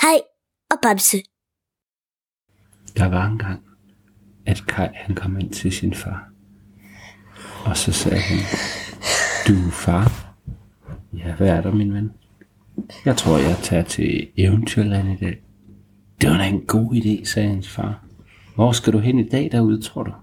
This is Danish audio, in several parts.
Kaj og Bamse. Der var engang, at Kaj han kom ind til sin far. Og så sagde han, du far? Ja, hvad er der, min ven? Jeg tror, jeg tager til Eventyrland i dag. Det var da en god idé, sagde hans far. Hvor skal du hen i dag derude, tror du?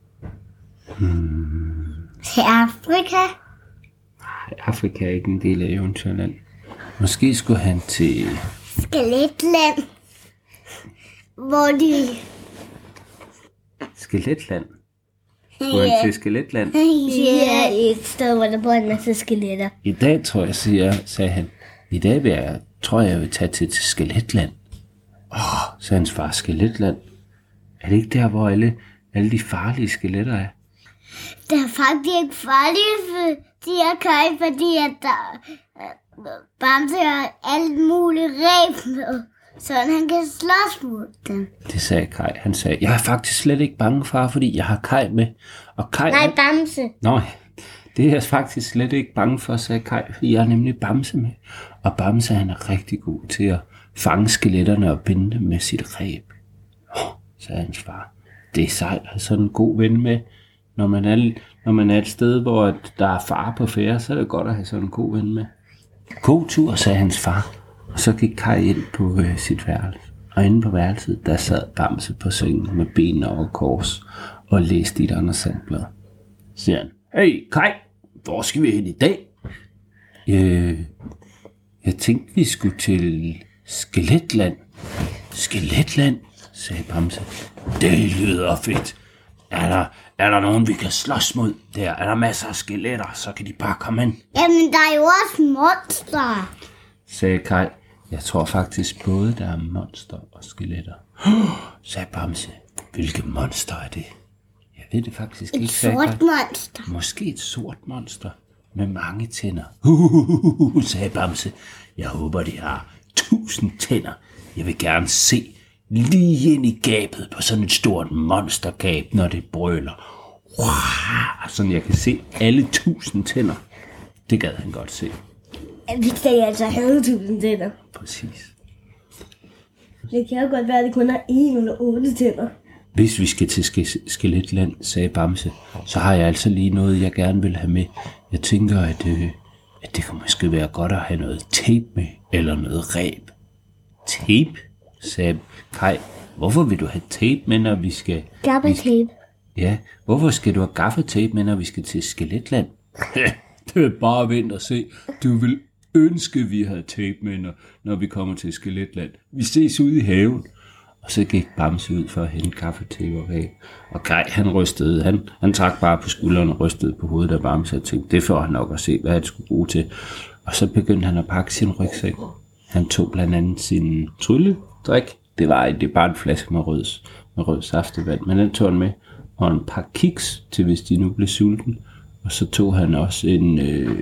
Til Afrika? Nej, Afrika er ikke en del af Eventyrland. Måske skulle han til... Skeletland. Hvor de... Skeletland? Skulle han til Skeletland? Ja, et sted, hvor der bor en masse skeletter. I dag, tror jeg, sagde han. I dag tror jeg vil tage til Skeletland. Sagde hans far, Skeletland. Er det ikke der, hvor alle de farlige skeletter er? Det er faktisk ikke farligt, for de er Kaj, fordi at der Bamse har alt muligt ræb med, så han kan slås mod dem. Det sagde Kaj. Han sagde, jeg er faktisk slet ikke bange, far, fordi jeg har Kaj med. Og Kaj... Nej, Bamse. Nå, det er jeg faktisk slet ikke bange for, sagde Kaj, fordi jeg har nemlig Bamse med. Og Bamse, han er rigtig god til at fange skeletterne og binde dem med sit ræb. Sagde hans far. Det er sejt at have sådan en god ven med. Når man er et sted, hvor der er far på færde, så er det godt at have sådan en god ven med. God tur, sagde hans far. Og så gik Kaj ind på sit værelse. Og inde på værelset, der sad Bamse på sengen med benene over kors og læste i et andet sandblad. Så siger han, hey Kaj, hvor skal vi hen i dag? Jeg tænkte, vi skulle til Skeletland. Skeletland, sagde Bamse. Det lyder fedt. Er der nogen, vi kan slås mod? Der er der masser af skeletter, så kan de bare komme ind. Jamen, der er jo også monster, sagde Kaj. Jeg tror faktisk både, der er monster og skeletter. Sagde Bamse. Hvilke monster er det? Jeg ved det faktisk ikke, sagde Kaj. Et sort monster. Måske et sort monster med mange tænder. Sagde Bamse. Jeg håber, de har 1000 tænder. Jeg vil gerne se lige ind i gabet på sådan et stort monstergab, når det brøler. Sådan jeg kan se alle 1000 tænder. Det gad han godt se. Hvis det altså havde 1000 tænder. Præcis. Det kan jo godt være, at det kun er 1 eller 8 tænder. Hvis vi skal til Skeletland, sagde Bamse, så har jeg altså lige noget, jeg gerne vil have med. Jeg tænker, at det kunne måske være godt at have noget tape med, eller noget ræb. Tape, sagde Kaj. Hvorfor vil du have tape med, når vi skal... Gaffatape. Ja, hvorfor skal du have gaffatape med, når vi skal til Skeletland? Det er bare vent og se. Du vil ønske, vi havde tape med, når vi kommer til Skeletland. Vi ses ude i haven. Og så gik Bamse ud for at hente gaffatape og ræb. Og Kaj, han rystede. Han trak bare på skulderen og rystede på hovedet af Bamse og tænkte, det får han nok at se, hvad han skulle bruge til. Og så begyndte han at pakke sin rygsæk. Han tog blandt andet sin trylledrik. Det er bare en flaske med rød saftevand, men den tog han med. Og en pakke kiks til, hvis de nu blev sulten. Og så tog han også en...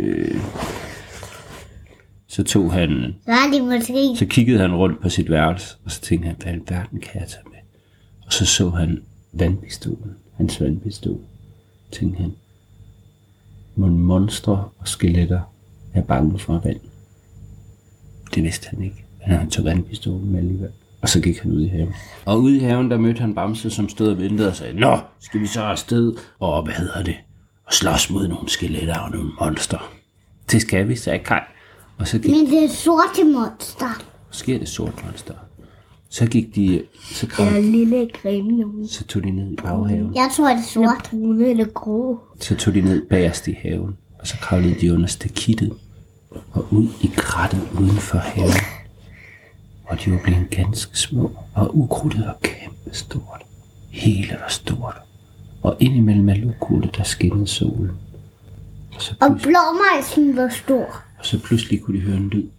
Så kiggede han rundt på sit værelse, og så tænkte han, hvad i verden kan jeg tage med? Og så han vandpistolen, hans vandpistol. Tænkte han, monstre og skeletter er bange for vand. Det vidste han ikke, men han tog vandpistolen med alligevel. Og så gik han ud i haven. Og ude i haven, der mødte han Bamse, som stod og ventede og sagde, nå, skal vi så afsted? Og og slås mod nogle skeletter og nogle monster. Det skal vi, sagde Kaj. Og så gik... Men det er sorte monster. Måske er det sort monster. Så gik de... Eller lille grimme. Så tog de ned i baghaven. Jeg tror, det er sort. Eller brune eller grå. Så tog de ned bagerst i haven. Og så kravlede de under stakittet. Og ud i krattet uden for haven. Og de var blevet ganske små. Og ukrudtet var kæmpe stort. Hele var stort. Og indimellem alle ukrudtet, der skinnede solen. Og blåmejsen var stor. Og så pludselig kunne de høre en lyd.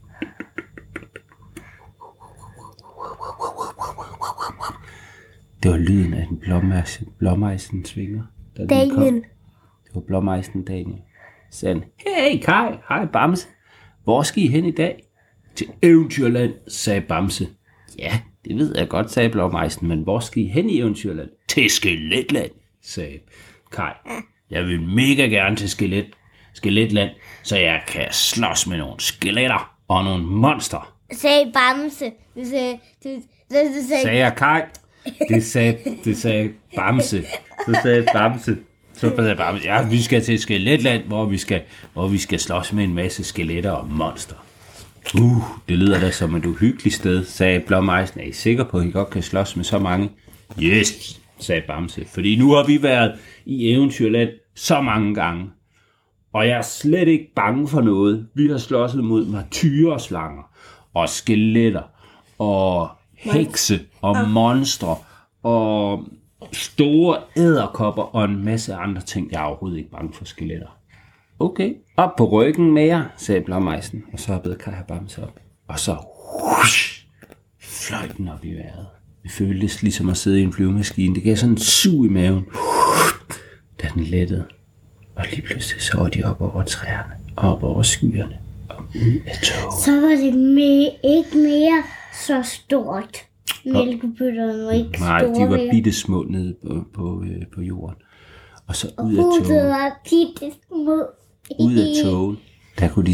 Det var lyden af en blåmejsen svinger. Daniel. Det var blåmejsen Daniel. Så sagde han, hey Kaj, hej Bamse. Hvor skal I hen i dag? Til Eventyrland, sagde Bamse. Ja, det ved jeg godt, sagde blåmejsen, men hvor skal I hen i Eventyrland? Til Skeletland, sagde Kaj. Jeg vil mega gerne til Skeletland, så jeg kan slås med nogle skeletter og nogle monster. sagde Bamse. Du sagde... Sagde jeg Kaj? Det sagde Bamse. Så sagde Bamse. Ja, vi skal til Skeletland, hvor vi skal slås med en masse skeletter og monster. Det lyder da som et uhyggeligt sted, sagde Blåmejsen. Er I sikre på, at I godt kan slås med så mange? Yes, sagde Bamse, fordi nu har vi været i Eventyrland så mange gange. Og jeg er slet ikke bange for noget. Vi har slåsset mod martyrslanger og skeletter og hekse og monstre og store edderkopper og en masse andre ting. Jeg er overhovedet ikke bange for skeletter. Okay, op på ryggen med jer, sagde Blåmejsen, og så hoppede Kaj og Bamse op. Og så fløj den op i vejret. Det føltes ligesom at sidde i en flyvemaskine. Det gav sådan en sug i maven, da den lettede. Og lige pludselig så var de op over træerne, op over skyerne, og ud af toget. Så var det ikke mere så stort. Mælkebøtterne var ikke store. Nej, de var bitte små nede på jorden. Og så ud af Huset toget. var bitte små. Ud af toget, der kunne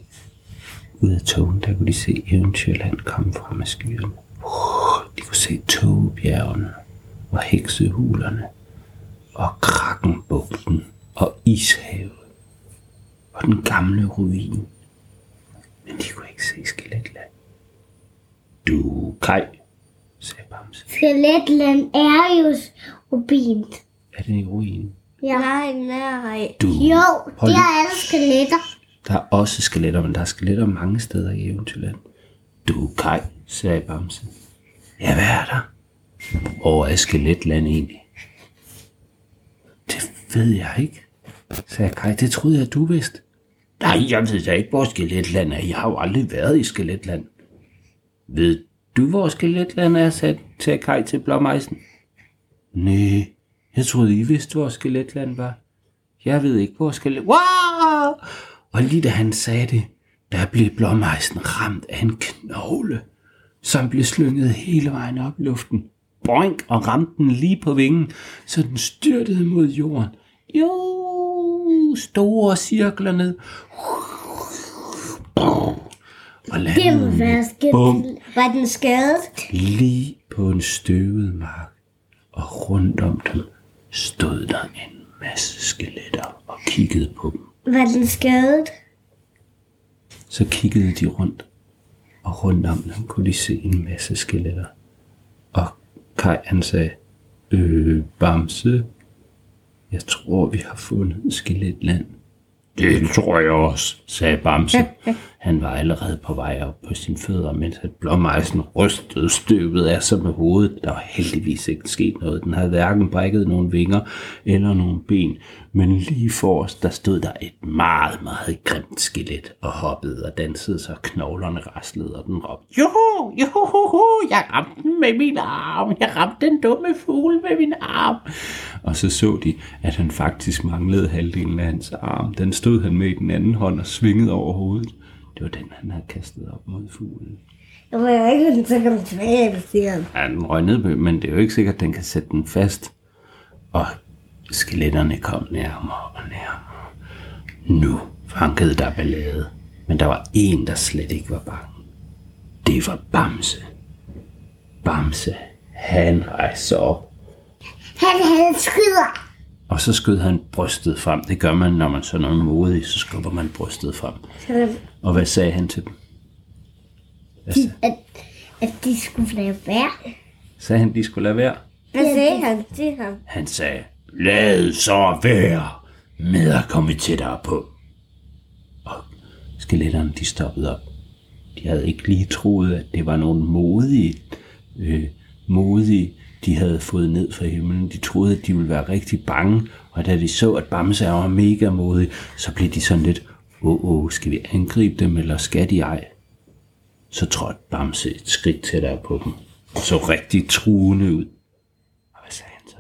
de se Eventyrland komme frem af skyerne. De kunne se togebjergene og heksehulerne og Krakenbugten og Ishavet og den gamle ruin. Men de kunne ikke se Skeletland. Du, Kaj, sagde Bamse. Skeletland er jo rubint. Er den i ruinen? Ja. Nej. Du, Jo, det er alle skeletter. der er også skeletter, men der er skeletter mange steder i Eventyrland. Du, Kaj, sagde Bamse. Ja, hvad er der? Hvor er Skeletland egentlig? Det ved jeg ikke, sagde Kaj. Det troede jeg, du vidste. Nej, jeg ved da ikke, hvor Skeletland er. Jeg har jo aldrig været i Skeletland. Ved du, hvor Skeletland er, sagde Kaj til Blåmejsen. Nej, jeg troede, I vidste, hvor Skeletland var. Jeg ved ikke, hvor Skeletland... Wow! Og lige da han sagde det, der blev Blåmejsen ramt af en knogle, som blev slynget hele vejen op i luften. Boink, og ramte den lige på vingen, så den styrtede mod jorden. Jo, store cirkler ned. Og Det må være skidt. Var den skadet? Lige på en støvet mark, og rundt om dem stod der en masse skeletter og kiggede på dem. Var den skadet? Så kiggede de rundt, og rundt om dem kunne de se en masse skeletter. Og Kaj han sagde, Bamse, jeg tror vi har fundet Skeletland. Det tror jeg også, sagde Bamse. Han var allerede på vej op på sine fødder, mens at Blåmejsen rystede støvet af sig med hovedet. Der var heldigvis ikke sket noget. Den havde hverken brækket nogle vinger eller nogle ben. Men lige forrest, der stod der et meget, meget grimt skelet og hoppede og dansede, så knoglerne raslede, og den råbte, Joho, joho, jeg ramte den med min arm. Jeg ramte den dumme fugl med min arm. Og så de, at han faktisk manglede halvdelen af hans arm. Den stod han med i den anden hånd og svingede over hovedet. Det var den, han havde kastet op mod fuglen. Det var jo ikke, den så kom tilbage, siger han. Ja, den røg ned, men det er jo ikke sikkert, at den kan sætte den fast. Og skeletterne kom nærmere og nærmere. Nu fankede der ballade, men der var en, der slet ikke var bange. Det var Bamse. Bamse, han rejste sig op. Han havde skyder. Og så skød han brystet frem. Det gør man, når man så er modig, så skubber man brystet frem. Og hvad sagde han til dem? At de skulle lade være. Sagde han, de skulle lade være? Hvad sagde han til ham? Han sagde, lad så være med at komme tættere på. Og skeletterne, de stoppede op. De havde ikke lige troet, at det var nogle modige, de havde fået ned fra himlen. De troede, at de ville være rigtig bange. Og da de så, at Bamse var mega modig, så blev de sådan lidt, skal vi angribe dem, eller skal de ej? Så trådte Bamse et skridt tættere på dem, og så rigtig truende ud. Og hvad sagde han så?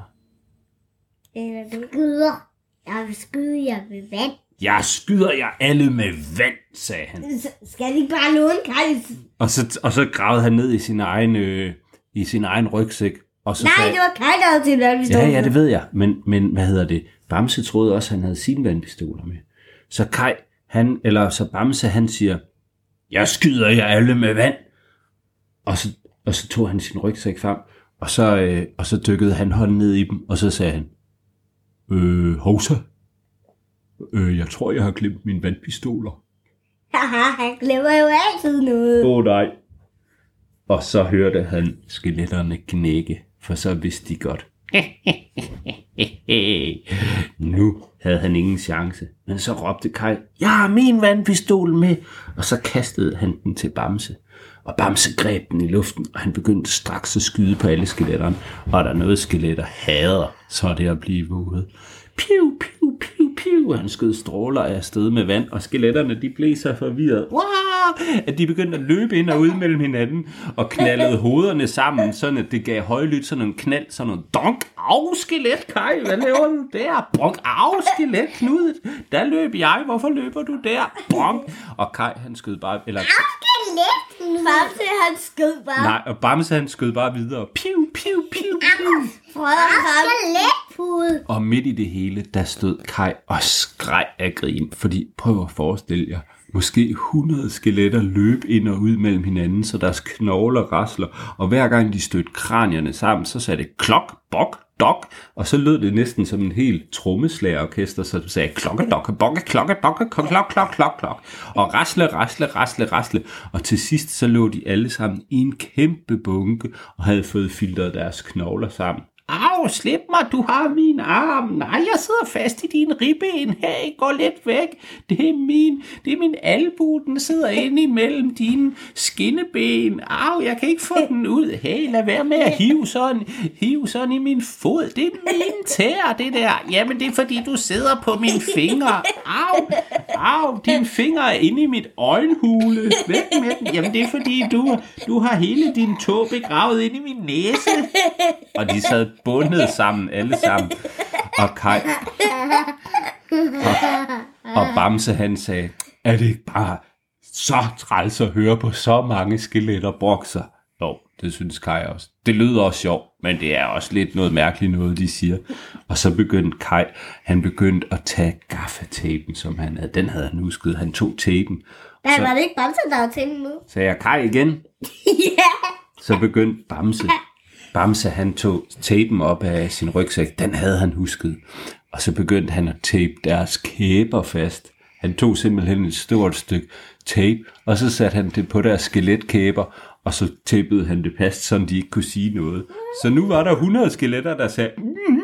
Skyder. Jeg vil skyde jer med vand. Jeg skyder jer alle med vand, sagde han. Skal de ikke bare låne Kajs? Og så gravede han ned i sin egen rygsæk. Og så Nej, sagde, det var Kaj, der havde til at vi stod. Ja, det ved jeg. Men hvad hedder det? Bamse troede også, at han havde sine vandpistoler med. Så Bamse, han siger, jeg skyder jer alle med vand. Og så tog han sin rygsæk frem, og så dykkede han hånden ned i dem, og så sagde han, hovsa, jeg tror, jeg har glemt mine vandpistoler. Haha, han glemmer jo altid noget. Nej. Og så hørte han skeletterne knække, for så vidste de godt. Nu havde han ingen chance, men så råbte Kaj, jeg har min vandpistol med, og så kastede han den til Bamse. Og Bamse greb den i luften, og han begyndte straks at skyde på alle skeletterne. Og der er noget, skeletter hader, så er det at blive våget. Piu, piu, piu, piu. Han skød stråler af sted med vand, og skeletterne, de blev så forvirret. Wow! At de begyndte at løbe ind og ud mellem hinanden, og knaldede hovederne sammen, sådan at det gav højlydt sådan en knald, sådan noget donk, au, skelet, Kaj, hvad laver du der? Bonk, au, skelet, Knud, der løb jeg, hvorfor løber du der? Bonk, og Kaj, han skød bare, eller... Bamse, han skød bare. Nej, og Bamse, han skød bare videre. Piu, piu, piu, piu. Skeletpude. Og midt i det hele, der stod Kaj og skreg af grin. Fordi, prøv at forestille jer, måske 100 skeletter løb ind og ud mellem hinanden, så deres knogler rasler. Og hver gang de stødte kranierne sammen, så sagde det klok, bok, dok. Og så lød det næsten som en helt trommeslagerorkester, så sagde klokke, dokke, bokke, klokke, dokke, klok, klok, klok, klok. Og rasle. Og til sidst så lå de alle sammen i en kæmpe bunke og havde fået filtret deres knogler sammen. Au, slip mig, du har min arm. Nej, jeg sidder fast i din ribben. Hey, gå lidt væk. Det er min albue, den sidder inde imellem dine skinneben. Au, jeg kan ikke få den ud. Hey, lad være med at hive sådan i min fod. Det er mine tæer, det der. Jamen, det er fordi, du sidder på mine fingre. Au, dine fingre er inde i mit øjenhule. Væk med den. Jamen, det er fordi, du har hele din tå begravet inde i min næse. Og de sad bundet sammen, alle sammen. Og Kaj og Bamse, han sagde, er det ikke bare så træls at høre på så mange skeletter brokser? Jo, det synes Kaj også. Det lyder også sjovt, men det er også lidt noget mærkeligt noget, de siger. Og så begyndte Kaj, han begyndte at tage gaffatapen, som han havde. Den havde han husket. Han tog tapen. Ja, var det ikke Bamse, der var tapen med? Sagde jeg Kaj igen? Ja. Så begyndte Bamse, han tog tapen op af sin rygsæk. Den havde han husket. Og så begyndte han at tape deres kæber fast. Han tog simpelthen et stort stykke tape, og så satte han det på deres skeletkæber, og så tapede han det fast, så de ikke kunne sige noget. Så nu var der 100 skeletter, der sagde...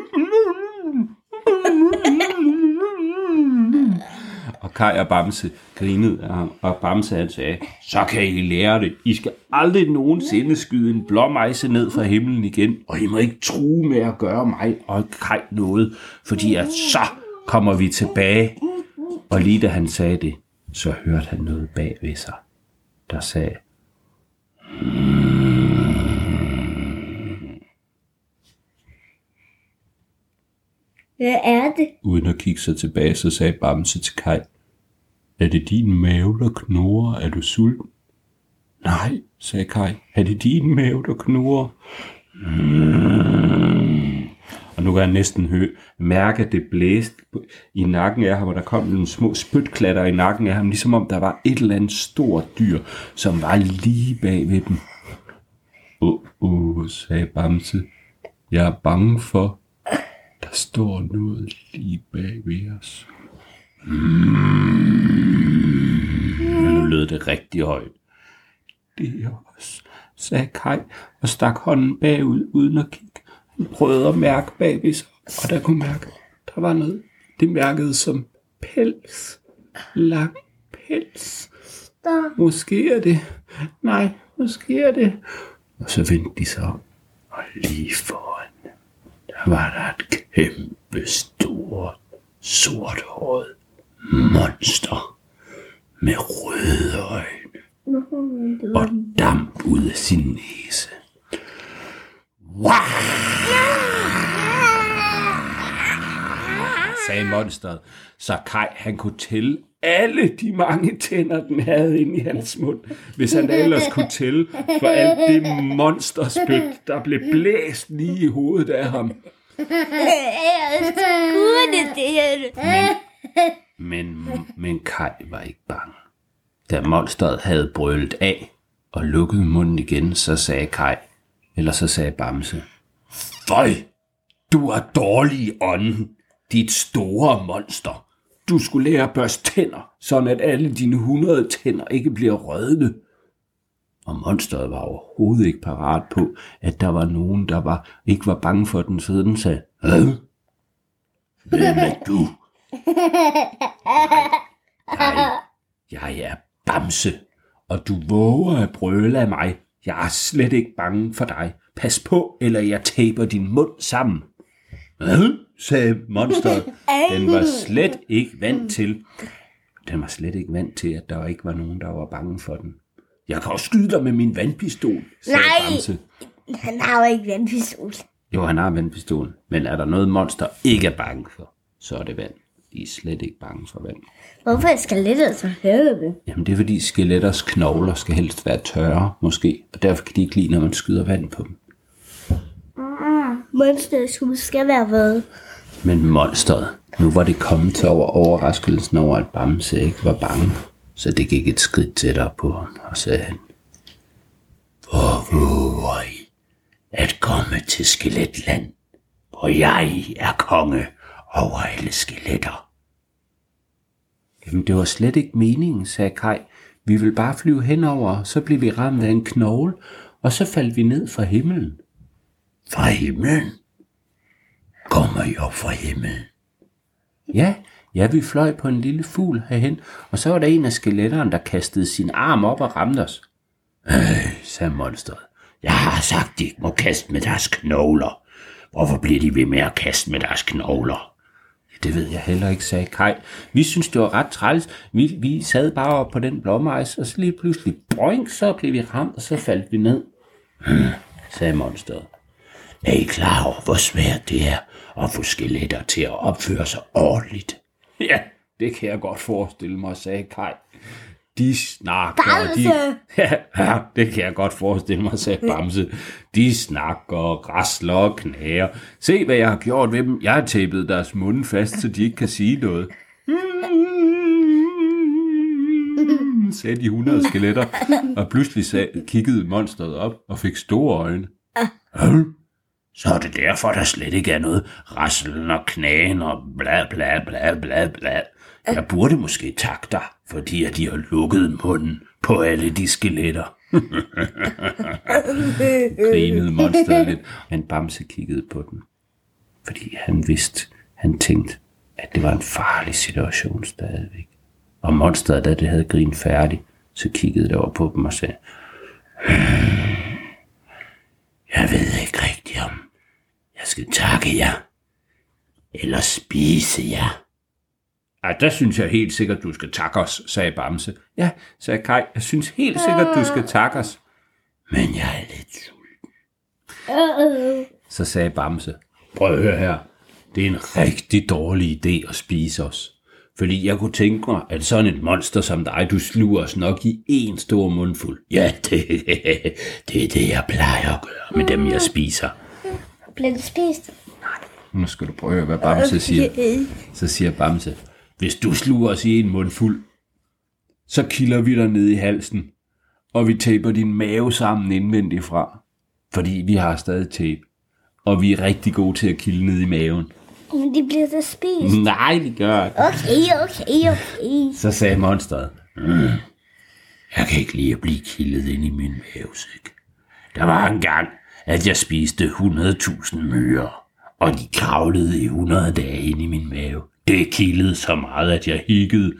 Og Kaj og Bamse grinede af ham, og Bamse han sagde, så kan I lære det. I skal aldrig nogensinde skyde en blåmejse ned fra himlen igen, og I må ikke true med at gøre mig og Kaj noget, fordi at så kommer vi tilbage. Og lige da han sagde det, så hørte han noget bag ved sig, der sagde... Hvad er det? Uden at kigge sig tilbage, så sagde Bamse til Kaj, er det din mave, der knurrer? Er du sulten? Nej, sagde Kaj. Er det din mave, der knurrer? Og nu kan jeg næsten mærke, at det blæste i nakken af ham, og der kom nogle små spytklatter i nakken af ham, ligesom om der var et eller andet stort dyr, som var lige bag ved dem. Sagde Bamse. Jeg er bange for, der står noget lige bag ved os. Men nu lød det rigtig højt. Det er os, sagde Kaj og stak hånden bagud uden at kigge. Han prøvede at mærke bag ved sig, og der kunne mærke, der var noget. Det mærkede som pels. Lang pels. Måske er det. Nej, måske er det. Og så vendte de sig om, og lige foran der var der et kæmpe stort, sorthåret monster med røde øjne og damp ud af sin næse. Wow! Sagde monsteret, så Kaj han kunne tælle alle de mange tænder, den havde inde i hans mund, hvis han ellers kunne tælle for alt det monsterspyt, der blev blæst lige i hovedet af ham. Men Kaj var ikke bange. Da monsteret havde brølet af, og lukkede munden igen, så sagde Kaj, eller så sagde Bamse, føj, du er dårlig i ånden, dit store monster. Du skulle lære at børste tænder, sådan at alle dine 100 tænder ikke bliver rødne. Og monsteret var overhovedet ikke parat på, at der var nogen, der ikke var bange for den, så den sagde, hvad? Hvem er du? Nej, jeg er Bamse, og du våger at brøle af mig. Jeg er slet ikke bange for dig. Pas på, eller jeg taber din mund sammen. Hvad? Sagde monsteret. Den var slet ikke vant til, at der ikke var nogen, der var bange for den. Jeg kan også skyde dig med min vandpistol, sagde Bamse. Han har jo ikke vandpistol. Jo, han har vandpistol. Men er der noget monster ikke er bange for, så er det vand. De er slet ikke bange for vand. Hvorfor er skelettet så højde? Jamen, det er fordi skeletters knogler skal helst være tørre, måske. Og derfor kan de ikke lide, når man skyder vand på dem. Monsters hus skal være våd. Men monsteret, nu var det kommet til overraskelsen over, at Bamse ikke var bange. Så det gik et skridt tættere på ham, og sagde han, hvor våger I at komme til Skeletland, hvor jeg er konge over alle skeletter? Jamen, det var slet ikke meningen, sagde Kaj. Vi vil bare flyve henover, så blev vi ramt af en knogle, og så faldt vi ned fra himlen. Fra himlen? Kommer I op fra himlen? Ja, vi fløj på en lille fugl herhen, og så var der en af skeletterne, der kastede sin arm op og ramte os. Sagde monsteret. Jeg har sagt, de ikke må kaste med deres knogler. Hvorfor bliver de ved med at kaste med deres knogler? Det ved jeg heller ikke, sagde Kaj. Vi synes, det var ret træls. Vi sad bare op på den blåmejs, og så lige pludselig, boing, så blev vi ramt, og så faldt vi ned. Sagde monsteret. Er I klar over, hvor svært det er at få skeletter til at opføre sig ordentligt? Ja, det kan jeg godt forestille mig, sagde Kaj. De snakker... Bamse! Ja, det kan jeg godt forestille mig, sagde Bamse. De snakker, græsler og knager. Se, hvad jeg har gjort ved dem. Jeg har tapet deres munde fast, så de ikke kan sige noget. Sagde de 100 skeletter, og pludselig kiggede monsteret op og fik store øjne. Så er det derfor, der slet ikke er noget raslen og knagen og bla bla bla bla bla. Jeg burde måske takke dig, fordi at de har lukket munden på alle de skeletter. Grinede monsteret lidt, men Bamse kiggede på den. Fordi han tænkte, at det var en farlig situation stadigvæk. Og monsteret, da det havde grinet færdigt, så kiggede det over på dem og sagde, jeg ved ikke rigtigt om jeg skal takke jer, eller spise jer. Ja, der synes jeg helt sikkert, du skal takke os, sagde Bamse. Ja, sagde Kaj, jeg synes helt sikkert, du skal takke os. Men jeg er lidt sulten. Så sagde Bamse, prøv at høre her, det er en rigtig dårlig idé at spise os. Fordi jeg kunne tænke mig, at sådan et monster som dig, du sluger os nok i en stor mundfuld. Ja, det er det, jeg plejer at gøre med dem, jeg spiser. Bliver du spist? Nej, nu skal du prøve, hvad Bamse siger. Så siger Bamse, hvis du sluger os i en mundfuld, så kilder vi dig ned i halsen, og vi taper din mave sammen indvendigt fra. Fordi vi har stadig tape, og vi er rigtig gode til at kilde ned i maven. Men de bliver så spist. Nej, de gør ikke. Okay. Så sagde monsteret, jeg kan ikke lide at blive kildet ind i min mavesæk. Der var en gang, at jeg spiste 100.000 myrer, og de kravlede i 100 dage ind i min mave. Det kildede så meget, at jeg hikkede.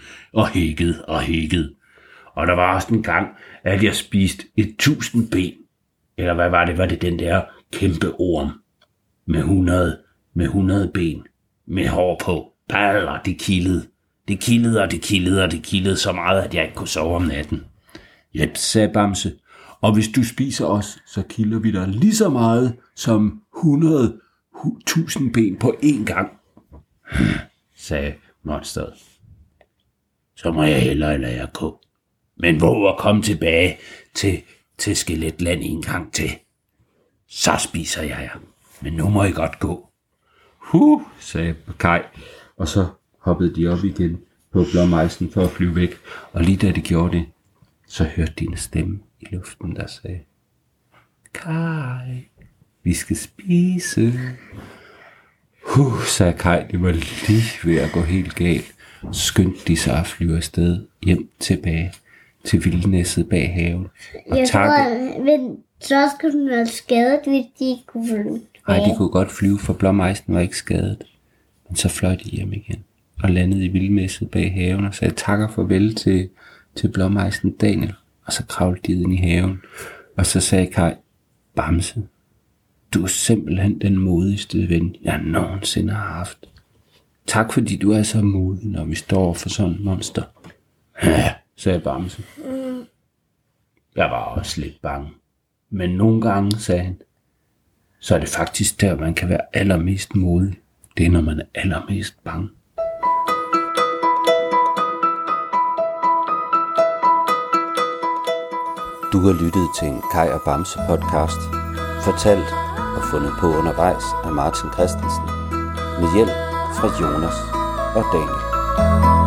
Og der var også en gang, at jeg spiste 1000 ben. Eller hvad var det? Var det den der kæmpe orm med 100 ben med hår på? Baller, det kildede. Det kildede så meget, at jeg ikke kunne sove om natten. Jep, sagde Bamse. Og hvis du spiser os, så kilder vi dig lige så meget som 100.000 ben på én gang, sagde monsteret. Så må jeg hellere lade jer gå. Men hvor at komme tilbage til Skeletland en gang til, så spiser jeg jer. Men nu må I godt gå. Sagde Kaj, og så hoppede de op igen på blåmejsen for at flyve væk. Og lige da de gjorde det, så hørte de en stemme. i luften, der sagde, Kaj, vi skal spise. Sagde Kaj, det var lige ved at gå helt galt. Skyndte de sig at flyve afsted hjem tilbage til vildnæsset bag haven. Og jeg tror, så skulle den være skadet, hvis de ikke kunne flyve. Nej, de kunne godt flyve, for blåmejsen var ikke skadet. Men så fløj de hjem igen og landede i vildnæsset bag haven og sagde tak og farvel til blåmejsen Daniel. Og så kravlede de ind i haven. Og så sagde Kaj, Bamse, du er simpelthen den modigste ven, jeg nogensinde har haft. Tak fordi du er så modig, når vi står for sådan et monster. Ja, sagde Bamse. Jeg var også lidt bange. Men nogle gange, sagde han, så er det faktisk der, man kan være allermest modig. Det er, når man er allermest bange. Du har lyttet til en Kaj og Bamse podcast, fortalt og fundet på undervejs af Martin Christensen, med hjælp fra Jonas og Daniel.